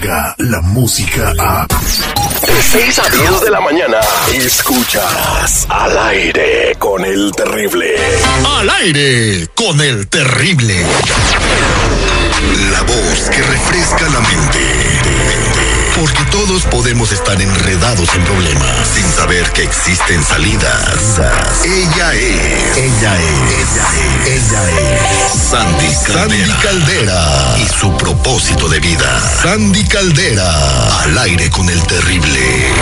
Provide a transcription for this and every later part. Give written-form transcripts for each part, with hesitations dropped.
Llega la música a... De 6 a 10 de la mañana, escuchas Al Aire con el Terrible. Al Aire con el Terrible. La voz que refresca la mente. Porque todos podemos estar enredados en problemas sin saber que existen salidas. Ella es Sandy Caldera. Y su propósito de vida. Sandy Caldera. Al Aire con el Terrible.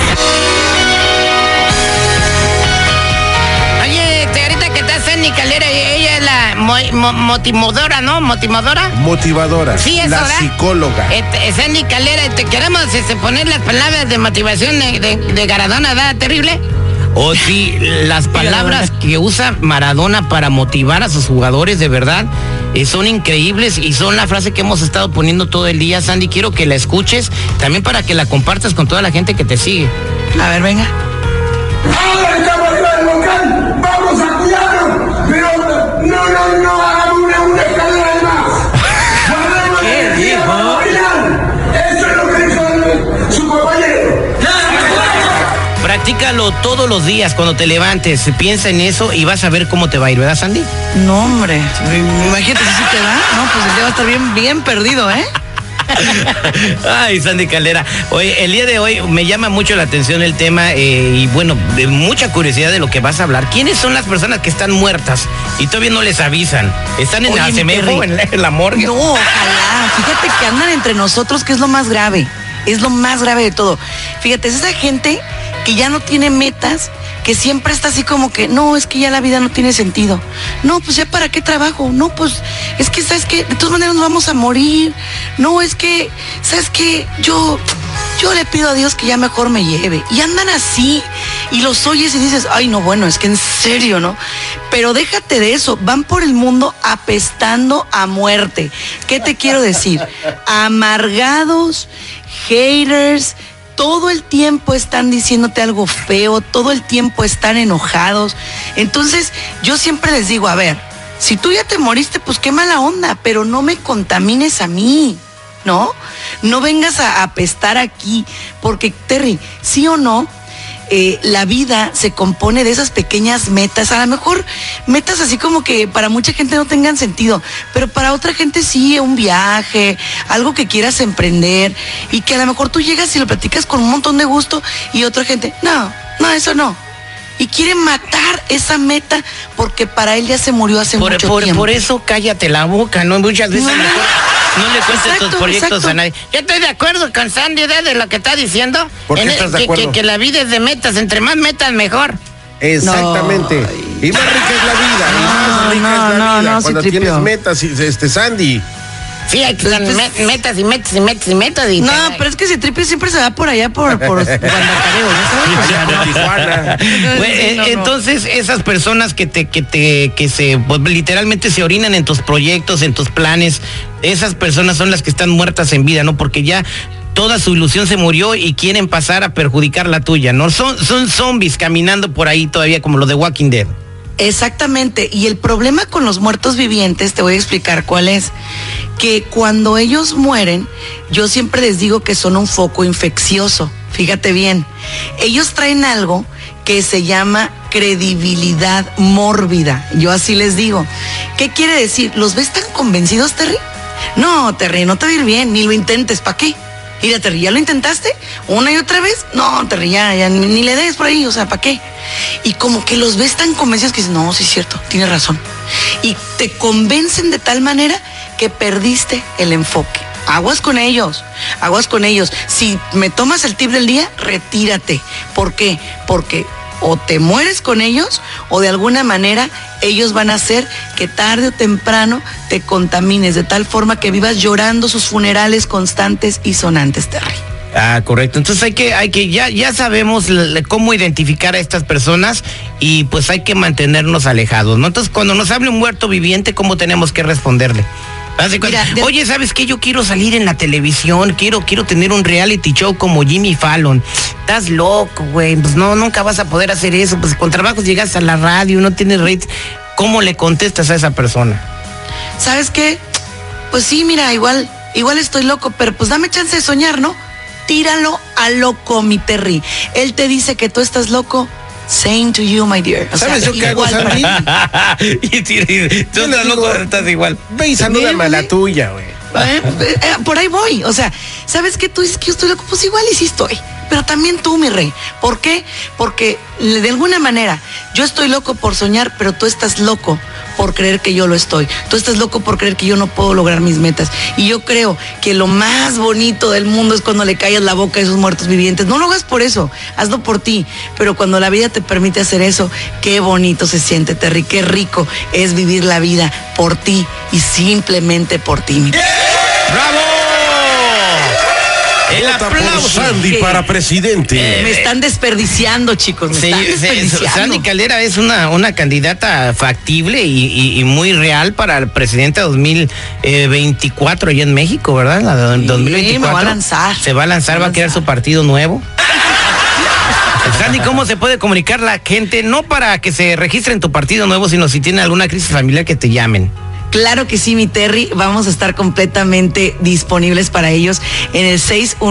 Oye, ahorita que está Sandy Caldera, ella es la motivadora, ¿no? Motivadora. Sí, eso, la ¿verdad? Psicóloga. Sandy Caldera, queremos poner las palabras de motivación de Maradona, ¿verdad, Terrible? O sí, las palabras que usa Maradona para motivar a sus jugadores, de verdad, son increíbles y son la frase que hemos estado poniendo todo el día. Sandy, quiero que la escuches, también para que la compartas con toda la gente que te sigue. A ver, venga. Ahora estamos arriba del local, vamos a cuidarnos, pero no hagamos una escalera de más. ¿Qué dijo? Eso es lo que dijo su compañero. Practícalo todos los días cuando te levantes, piensa en eso y vas a ver cómo te va a ir, ¿verdad, Sandy? No, hombre, imagínate si te va. No, pues el día va a estar bien perdido, ¿eh? Ay, Sandy Caldera. Oye, el día de hoy me llama mucho la atención el tema y bueno, de mucha curiosidad de lo que vas a hablar. ¿Quiénes son las personas que están muertas y todavía no les avisan? ¿Están en la CEMEFO, en la morgue? No, ojalá. Fíjate que andan entre nosotros, que es lo más grave. Es lo más grave de todo. Fíjate, es esa gente que ya no tiene metas, que siempre está así como que, no, es que ya la vida no tiene sentido. No, pues ya para qué trabajo. No, pues es que, ¿sabes qué? De todas maneras nos vamos a morir. No, es que, ¿sabes qué? Yo le pido a Dios que ya mejor me lleve. Y andan así, y los oyes y dices, ay, no, bueno, es que en serio, ¿no? Pero déjate de eso, van por el mundo apestando a muerte. ¿Qué te quiero decir? Amargados, haters, todo el tiempo están diciéndote algo feo, todo el tiempo están enojados. Entonces, yo siempre les digo, a ver, si tú ya te moriste, pues qué mala onda, pero no me contamines a mí, ¿no? No vengas a apestar aquí, porque, Terry, sí o no, la vida se compone de esas pequeñas metas, a lo mejor metas así como que para mucha gente no tengan sentido, pero para otra gente sí, un viaje, algo que quieras emprender y que a lo mejor tú llegas y lo platicas con un montón de gusto y otra gente, no, eso no. Y quiere matar esa meta porque para él ya se murió hace mucho tiempo. Por eso cállate la boca, ¿no? Muchas veces no le cuentes tus proyectos a nadie. Yo estoy de acuerdo con Sandy de lo que está diciendo. ¿Por qué estás de acuerdo? Que la vida es de metas, entre más metas mejor. Exactamente. No. Y más rica es la vida. No, cuando sí, tienes metas, Sandy. Sí, hay que metas y metas y metas y metas. Y no, pero es que Citripio siempre se va por allá por Guadalcareo, ¿no sabes? Entonces, esas personas que pues, literalmente se orinan en tus proyectos, en tus planes, esas personas son las que están muertas en vida, ¿no? Porque ya toda su ilusión se murió y quieren pasar a perjudicar la tuya, ¿no? Son zombies caminando por ahí todavía como los de Walking Dead. Exactamente, y el problema con los muertos vivientes, te voy a explicar cuál es, que cuando ellos mueren, yo siempre les digo que son un foco infeccioso, fíjate bien, ellos traen algo que se llama credibilidad mórbida, yo así les digo. ¿Qué quiere decir? ¿Los ves tan convencidos, Terry? No, Terry, no te va a ir bien, ni lo intentes, ¿para qué? Mira, Terry, ¿ya lo intentaste? ¿Una y otra vez? No, Terry, ya ni le des por ahí, o sea, ¿para qué? Y como que los ves tan convencidos que dices, no, sí es cierto, tienes razón. Y te convencen de tal manera que perdiste el enfoque. Aguas con ellos. Si me tomas el tip del día, retírate. ¿Por qué? Porque o te mueres con ellos o de alguna manera ellos van a hacer que tarde o temprano te contamines de tal forma que vivas llorando sus funerales constantes y sonantes, Terry. Ah, correcto. Entonces hay que ya sabemos cómo identificar a estas personas y pues hay que mantenernos alejados, ¿no? Entonces cuando nos hable un muerto viviente, ¿cómo tenemos que responderle? Mira, oye, ¿sabes qué? Yo quiero salir en la televisión, quiero tener un reality show como Jimmy Fallon. Estás loco, güey, pues no, nunca vas a poder hacer eso, pues con trabajos llegas a la radio, no tienes rates. ¿Cómo le contestas a esa persona? ¿Sabes qué? Pues sí, mira, igual igual estoy loco, pero pues dame chance de soñar, ¿no? Tíralo a loco, mi Terry. Él te dice que tú estás loco. Same to you, my dear. O ¿Sabes sea, yo qué hago, igual para Sandy? Y tú estás loco, estás igual. Ve y salúdame a la tuya, güey. Por ahí voy, o sea, ¿sabes qué? Tú dices que yo estoy loco, pues igual y sí estoy, pero también tú, mi rey. ¿Por qué? Porque de alguna manera yo estoy loco por soñar, pero tú estás loco por creer que yo lo estoy. Tú estás loco por creer que yo no puedo lograr mis metas. Y yo creo que lo más bonito del mundo es cuando le callas la boca a esos muertos vivientes. No lo hagas por eso, hazlo por ti. Pero cuando la vida te permite hacer eso, qué bonito se siente, Terry. Qué rico es vivir la vida por ti y simplemente por ti. ¡Bravo! El Vota por aplauso. Sandy para presidente. Me están desperdiciando, chicos. Me están desperdiciando. Sandy Caldera es una candidata factible y muy real para el presidente 2024 allá en México, ¿verdad? La de 2024. me va a lanzar. Se va a lanzar, va a crear su partido nuevo. Sandy, ¿cómo se puede comunicar la gente? No para que se registre en tu partido nuevo, sino si tiene alguna crisis familiar que te llamen. Claro que sí, mi Terry, vamos a estar completamente disponibles para ellos en el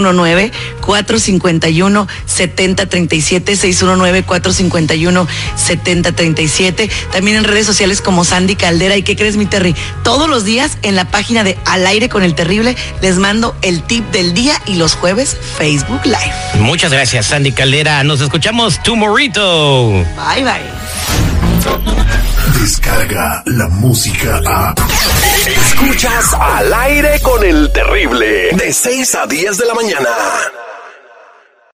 619-451-7037, 619-451-7037, también en redes sociales como Sandy Caldera. ¿Y qué crees, mi Terry? Todos los días en la página de Al Aire con el Terrible les mando el tip del día y los jueves Facebook Live. Muchas gracias, Sandy Caldera. Nos escuchamos tomorrito. Bye, bye. Descarga la música a... Escuchas Al Aire con el Terrible, de 6 a 10 de la mañana.